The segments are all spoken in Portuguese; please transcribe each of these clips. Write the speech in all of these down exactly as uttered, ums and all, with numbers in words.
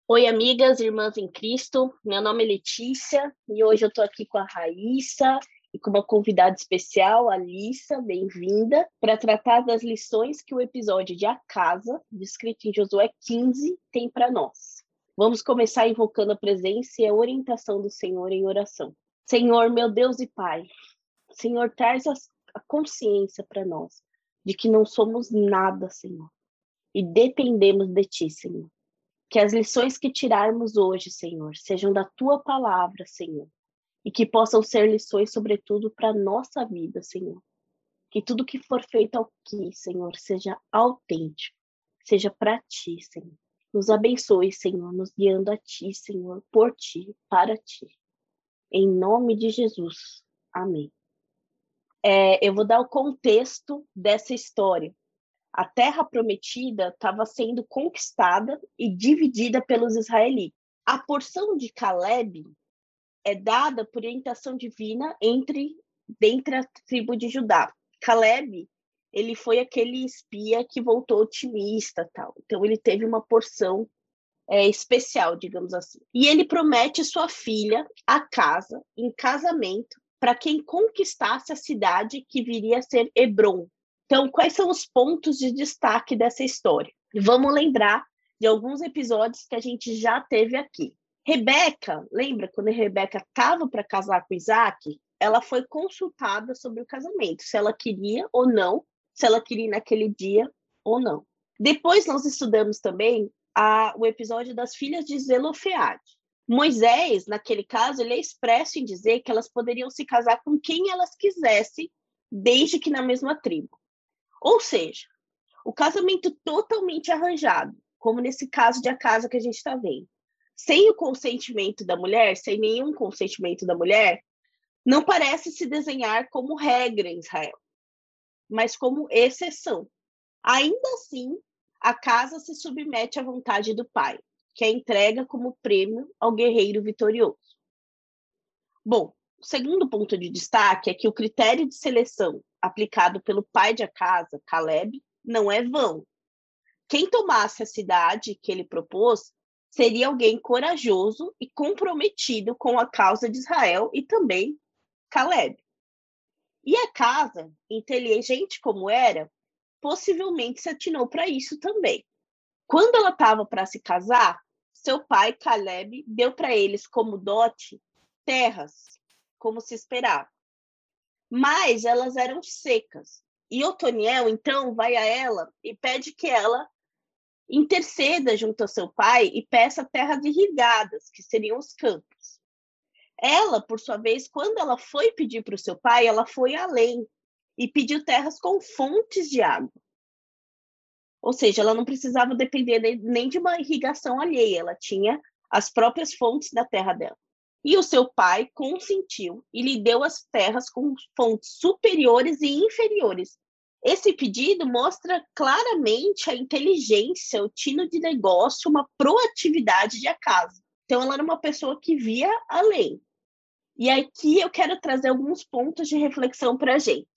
Oi, amigas, irmãs em Cristo. Meu nome é Letícia e hoje eu estou aqui com a Raíssa e com uma convidada especial, a Alissa, bem-vinda, para tratar das lições que o episódio de A Casa, descrito em Josué quinze, tem para nós. Vamos começar invocando a presença e a orientação do Senhor em oração. Senhor, meu Deus e Pai, Senhor, traz a consciência para nós de que não somos nada, Senhor, e dependemos de Ti, Senhor. Que as lições que tirarmos hoje, Senhor, sejam da Tua palavra, Senhor, e que possam ser lições, sobretudo, para a nossa vida, Senhor. Que tudo que for feito aqui, Senhor, seja autêntico, seja para Ti, Senhor. Nos abençoe, Senhor, nos guiando a Ti, Senhor, por Ti, para Ti. Em nome de Jesus. Amém. É, eu vou dar o contexto dessa história. A terra prometida estava sendo conquistada e dividida pelos israelitas. A porção de Caleb é dada por orientação divina entre, dentre a tribo de Judá. Caleb, ele foi aquele espia que voltou otimista, tal. Então ele teve uma porção é, especial, digamos assim. E ele promete sua filha a casa, em casamento, para quem conquistasse a cidade que viria a ser Hebron. Então, quais são os pontos de destaque dessa história? Vamos lembrar de alguns episódios que a gente já teve aqui. Rebeca, lembra quando a Rebeca estava para casar com Isaac? Ela foi consultada sobre o casamento, se ela queria ou não, se ela queria ir naquele dia ou não. Depois nós estudamos também a, o episódio das filhas de Zelofeade. Moisés, naquele caso, ele é expresso em dizer que elas poderiam se casar com quem elas quisessem, desde que na mesma tribo. Ou seja, o casamento totalmente arranjado, como nesse caso de A Casa que a gente está vendo, sem o consentimento da mulher, sem nenhum consentimento da mulher, não parece se desenhar como regra em Israel, mas como exceção. Ainda assim, a casa se submete à vontade do pai, que a entrega como prêmio ao guerreiro vitorioso. Bom, o segundo ponto de destaque é que o critério de seleção aplicado pelo pai de A Casa, Caleb, não é vão. Quem tomasse a cidade que ele propôs seria alguém corajoso e comprometido com a causa de Israel e também Caleb. E A Casa, inteligente como era, possivelmente se atinou para isso também. Quando ela estava para se casar, seu pai, Caleb, deu para eles como dote terras, como se esperava. Mas elas eram secas. E Otoniel, então, vai a ela e pede que ela interceda junto ao seu pai e peça terras irrigadas, que seriam os campos. Ela, por sua vez, quando ela foi pedir para o seu pai, ela foi além e pediu terras com fontes de água. Ou seja, ela não precisava depender nem de uma irrigação alheia, ela tinha as próprias fontes da terra dela. E o seu pai consentiu e lhe deu as terras com fontes superiores e inferiores. Esse pedido mostra claramente a inteligência, o tino de negócio, uma proatividade de A Casa. Então, ela era uma pessoa que via além. E aqui eu quero trazer alguns pontos de reflexão para a gente.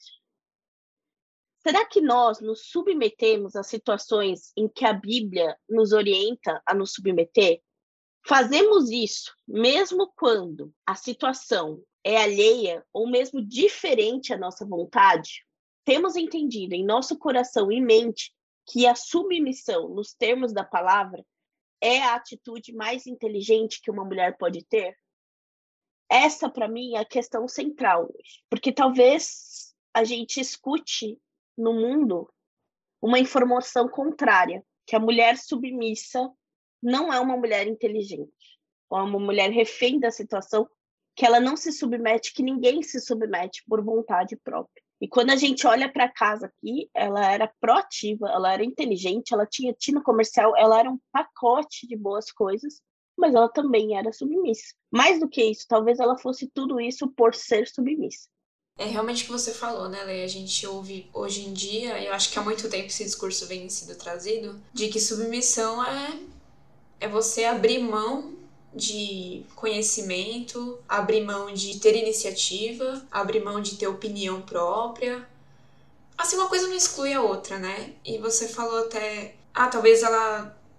Será que nós nos submetemos a situações em que a Bíblia nos orienta a nos submeter? Fazemos isso mesmo quando a situação é alheia ou mesmo diferente à nossa vontade? Temos entendido em nosso coração e mente que a submissão, nos termos da palavra, é a atitude mais inteligente que uma mulher pode ter? Essa, para mim, é a questão central hoje. Porque talvez a gente escute no mundo uma informação contrária, que a mulher submissa não é uma mulher inteligente, ou é uma mulher refém da situação, que ela não se submete, que ninguém se submete por vontade própria. E quando a gente olha para a casa aqui, ela era proativa, ela era inteligente, ela tinha tino comercial, ela era um pacote de boas coisas, mas ela também era submissa. Mais do que isso, talvez ela fosse tudo isso por ser submissa. É realmente o que você falou, né, Lê? A gente ouve hoje em dia, e eu acho que há muito tempo esse discurso vem sendo trazido, de que submissão é, é você abrir mão de conhecimento, abrir mão de ter iniciativa, abrir mão de ter opinião própria. Assim, uma coisa não exclui a outra, né? E você falou até, ah, talvez ela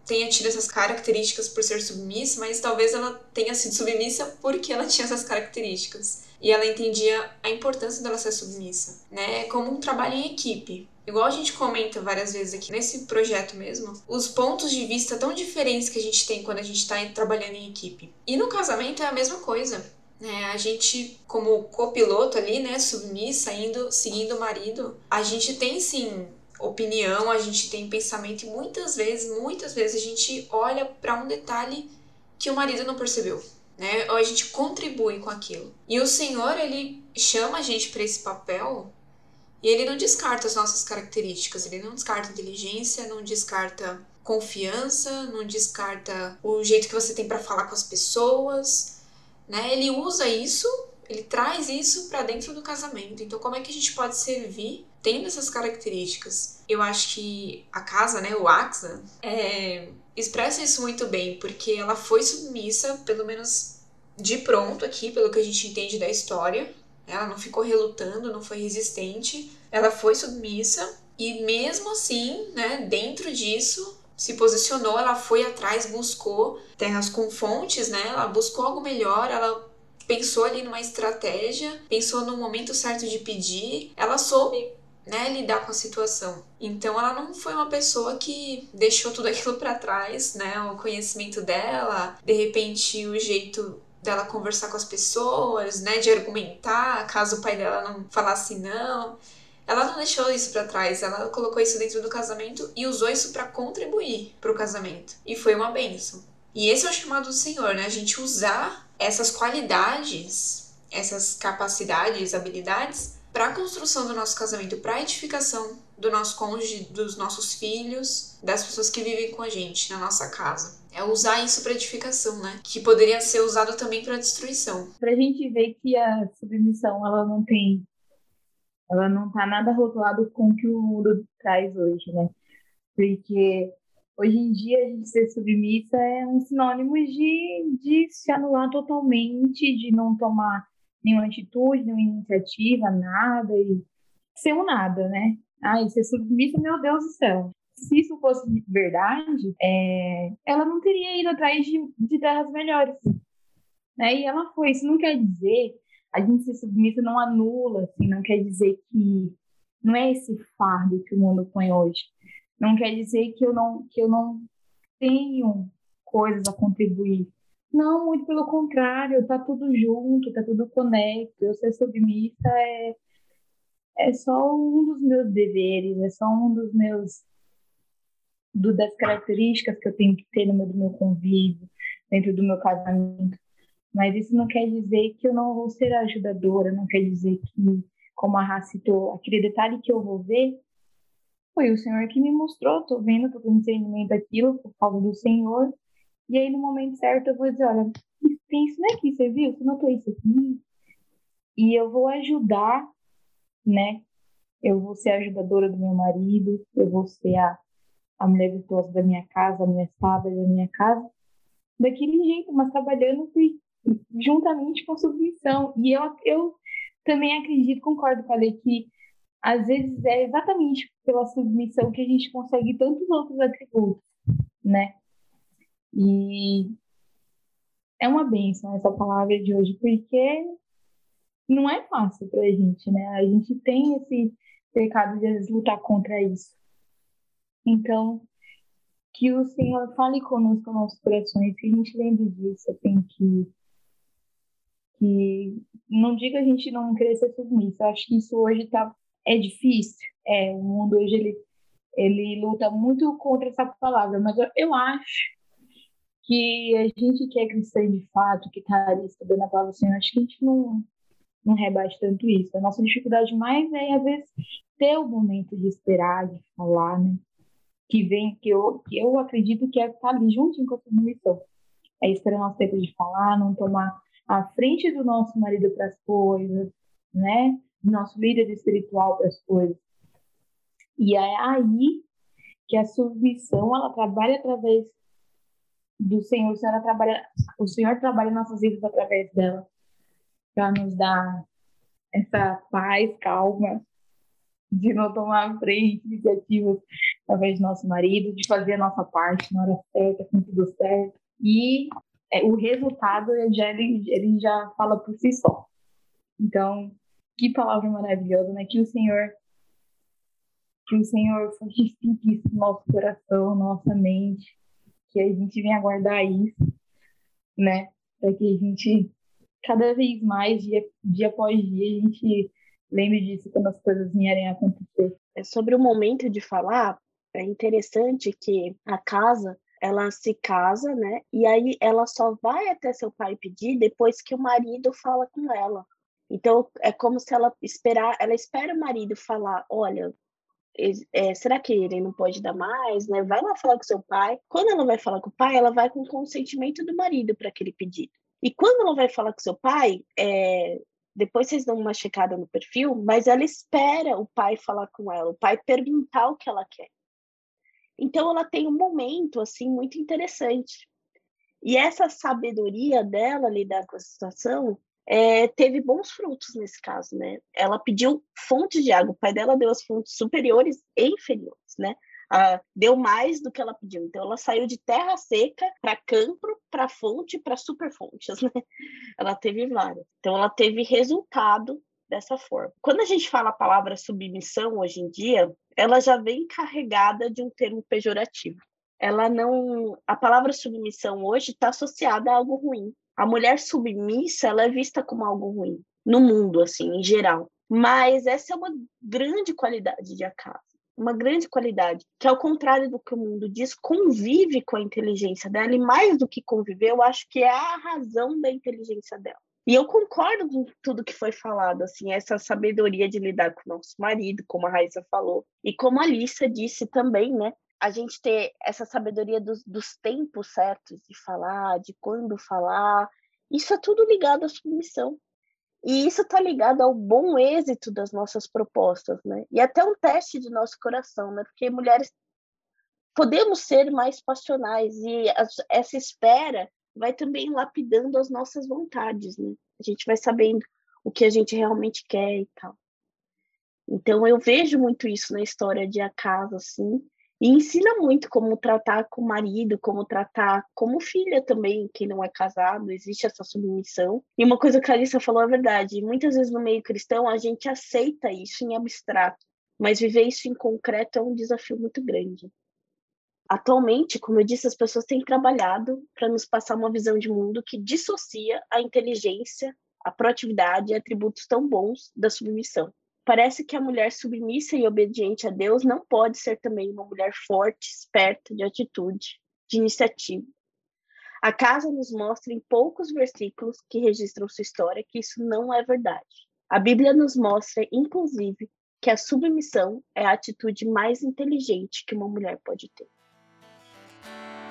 tenha tido essas características por ser submissa, mas talvez ela tenha sido submissa porque ela tinha essas características. E ela entendia a importância dela ser submissa, né? Como um trabalho em equipe. Igual a gente comenta várias vezes aqui nesse projeto mesmo, os pontos de vista tão diferentes que a gente tem quando a gente está trabalhando em equipe. E no casamento é a mesma coisa. Né? A gente, como copiloto ali, né, submissa, indo, seguindo o marido, a gente tem sim opinião, a gente tem pensamento e muitas vezes, muitas vezes a gente olha para um detalhe que o marido não percebeu, né? Ou a gente contribui com aquilo. E o Senhor, ele chama a gente para esse papel e ele não descarta as nossas características, ele não descarta inteligência, não descarta confiança, não descarta o jeito que você tem para falar com as pessoas, né? Ele usa isso, ele traz isso para dentro do casamento. Então, como é que a gente pode servir tendo essas características? Eu acho que a casa, né, o Axa, é, expressa isso muito bem, porque ela foi submissa, pelo menos de pronto aqui, pelo que a gente entende da história. Ela não ficou relutando, não foi resistente. Ela foi submissa e mesmo assim, né, dentro disso, se posicionou, ela foi atrás, buscou terras com fontes, né? Ela buscou algo melhor, ela pensou ali numa estratégia, pensou no momento certo de pedir, ela soube, né, lidar com a situação. Então ela não foi uma pessoa que deixou tudo aquilo para trás, né? O conhecimento dela, de repente o jeito dela conversar com as pessoas, né, de argumentar, caso o pai dela não falasse não. Ela não deixou isso pra trás, ela colocou isso dentro do casamento e usou isso pra contribuir pro casamento. E foi uma bênção. E esse é o chamado do Senhor, né? A gente usar essas qualidades, essas capacidades, habilidades pra construção do nosso casamento, pra edificação do nosso cônjuge, dos nossos filhos, das pessoas que vivem com a gente na nossa casa. É usar isso pra edificação, né? Que poderia ser usado também pra destruição. Pra gente ver que a submissão, ela não tem ela não está nada rotulada com o que o mundo traz hoje, né? Porque hoje em dia a gente ser submissa é um sinônimo de, de se anular totalmente, de não tomar nenhuma atitude, nenhuma iniciativa, nada, e ser um nada, né? Ah, e ser submissa, meu Deus do céu. Se isso fosse verdade, é, ela não teria ido atrás de, de terras melhores, né? E ela foi. Isso não quer dizer a gente ser submissa não anula, assim, não quer dizer que não é esse fardo que o mundo põe hoje. Não quer dizer que eu não, que eu não tenho coisas a contribuir. Não, muito pelo contrário, tá tudo junto, tá tudo conecto. Eu ser submissa é, é só um dos meus deveres, é só um dos meus do, das características que eu tenho que ter no meu, do meu convívio, dentro do meu casamento. Mas isso não quer dizer que eu não vou ser ajudadora, não quer dizer que, como a Rá citou, aquele detalhe que eu vou ver, foi o Senhor que me mostrou, estou vendo, estou tendo discernimento daquilo por causa do Senhor, e aí no momento certo eu vou dizer, olha, tem isso aqui, você viu? Você notou isso aqui? E eu vou ajudar, né? Eu vou ser a ajudadora do meu marido, eu vou ser a, a mulher virtuosa da minha casa, a mulher sábia da minha casa, daquele jeito, mas trabalhando por juntamente com submissão. E eu, eu também acredito, concordo com a Lê, que às vezes é exatamente pela submissão que a gente consegue tantos outros atributos, né? E é uma bênção essa palavra de hoje, porque não é fácil pra gente, né? A gente tem esse pecado de às vezes lutar contra isso. Então, que o Senhor fale conosco nos nossos corações, que a gente lembre disso, assim, que que não diga a gente não querer ser submissa. Eu acho que isso hoje tá, é difícil. É, o mundo hoje ele, ele luta muito contra essa palavra, mas eu, eu acho que a gente que é cristã de fato, que está ali estudando a palavra do Senhor, acho que a gente não, não rebate tanto isso. A nossa dificuldade mais é, às vezes, ter o momento de esperar, de falar, né? Que vem, que eu, que eu acredito que é estar ali juntinho com a submissão. É esperar o nosso tempo de falar, não tomar à frente do nosso marido para as coisas, né? Do nosso líder espiritual para as coisas. E é aí que a submissão, ela trabalha através do Senhor. O Senhor trabalha, o Senhor trabalha em nossas vidas através dela, para nos dar essa paz, calma, de não tomar à frente, iniciativas, através do nosso marido, de fazer a nossa parte na hora certa, com tudo certo. E é, o resultado já, ele, ele já fala por si só. Então, que palavra maravilhosa, né? Que o Senhor, que o Senhor fortifique isso no nosso coração, nossa mente, que a gente venha guardar isso, né? Para que a gente, cada vez mais, dia, dia após dia, a gente lembre disso quando as coisas vierem a acontecer. É sobre o momento de falar, é interessante que a casa, ela se casa, né? E aí ela só vai até seu pai pedir depois que o marido fala com ela. Então, é como se ela esperar, ela espera o marido falar, olha, é, será que ele não pode dar mais, né? Vai lá falar com seu pai. Quando ela vai falar com o pai, ela vai com o consentimento do marido para aquele pedido. E quando ela vai falar com seu pai, é, depois vocês dão uma checada no perfil, mas ela espera o pai falar com ela, o pai perguntar o que ela quer. Então, ela tem um momento, assim, muito interessante. E essa sabedoria dela lidar com a situação é, teve bons frutos nesse caso, né? Ela pediu fontes de água, o pai dela deu as fontes superiores e inferiores, né? Ah, deu mais do que ela pediu. Então, ela saiu de terra seca para campo, para fonte, para superfontes, né? Ela teve várias. Então, ela teve resultado dessa forma. Quando a gente fala a palavra submissão hoje em dia, ela já vem carregada de um termo pejorativo. Ela não, a palavra submissão hoje está associada a algo ruim. A mulher submissa, ela é vista como algo ruim no mundo, assim, em geral. Mas essa é uma grande qualidade de Acasa, uma grande qualidade, que ao contrário do que o mundo diz, convive com a inteligência dela, e mais do que conviver, eu acho que é a razão da inteligência dela. E eu concordo com tudo que foi falado, assim, essa sabedoria de lidar com o nosso marido, como a Raíssa falou, e como a Alissa disse também, né? A gente ter essa sabedoria dos, dos tempos certos de falar, de quando falar, isso é tudo ligado à submissão. E isso está ligado ao bom êxito das nossas propostas, né? E até um teste de nosso coração, né? Porque mulheres podemos ser mais passionais, e essa espera vai também lapidando as nossas vontades, né? A gente vai sabendo o que a gente realmente quer e tal. Então, eu vejo muito isso na história de Acasa, assim, e ensina muito como tratar com o marido, como tratar como filha também, quem não é casado, existe essa submissão. E uma coisa que a Alissa falou é verdade, muitas vezes no meio cristão a gente aceita isso em abstrato, mas viver isso em concreto é um desafio muito grande. Atualmente, como eu disse, as pessoas têm trabalhado para nos passar uma visão de mundo que dissocia a inteligência, a proatividade e atributos tão bons da submissão. Parece que a mulher submissa e obediente a Deus não pode ser também uma mulher forte, esperta, de atitude, de iniciativa. Acasa nos mostra em poucos versículos que registram sua história que isso não é verdade. A Bíblia nos mostra, inclusive, que a submissão é a atitude mais inteligente que uma mulher pode ter.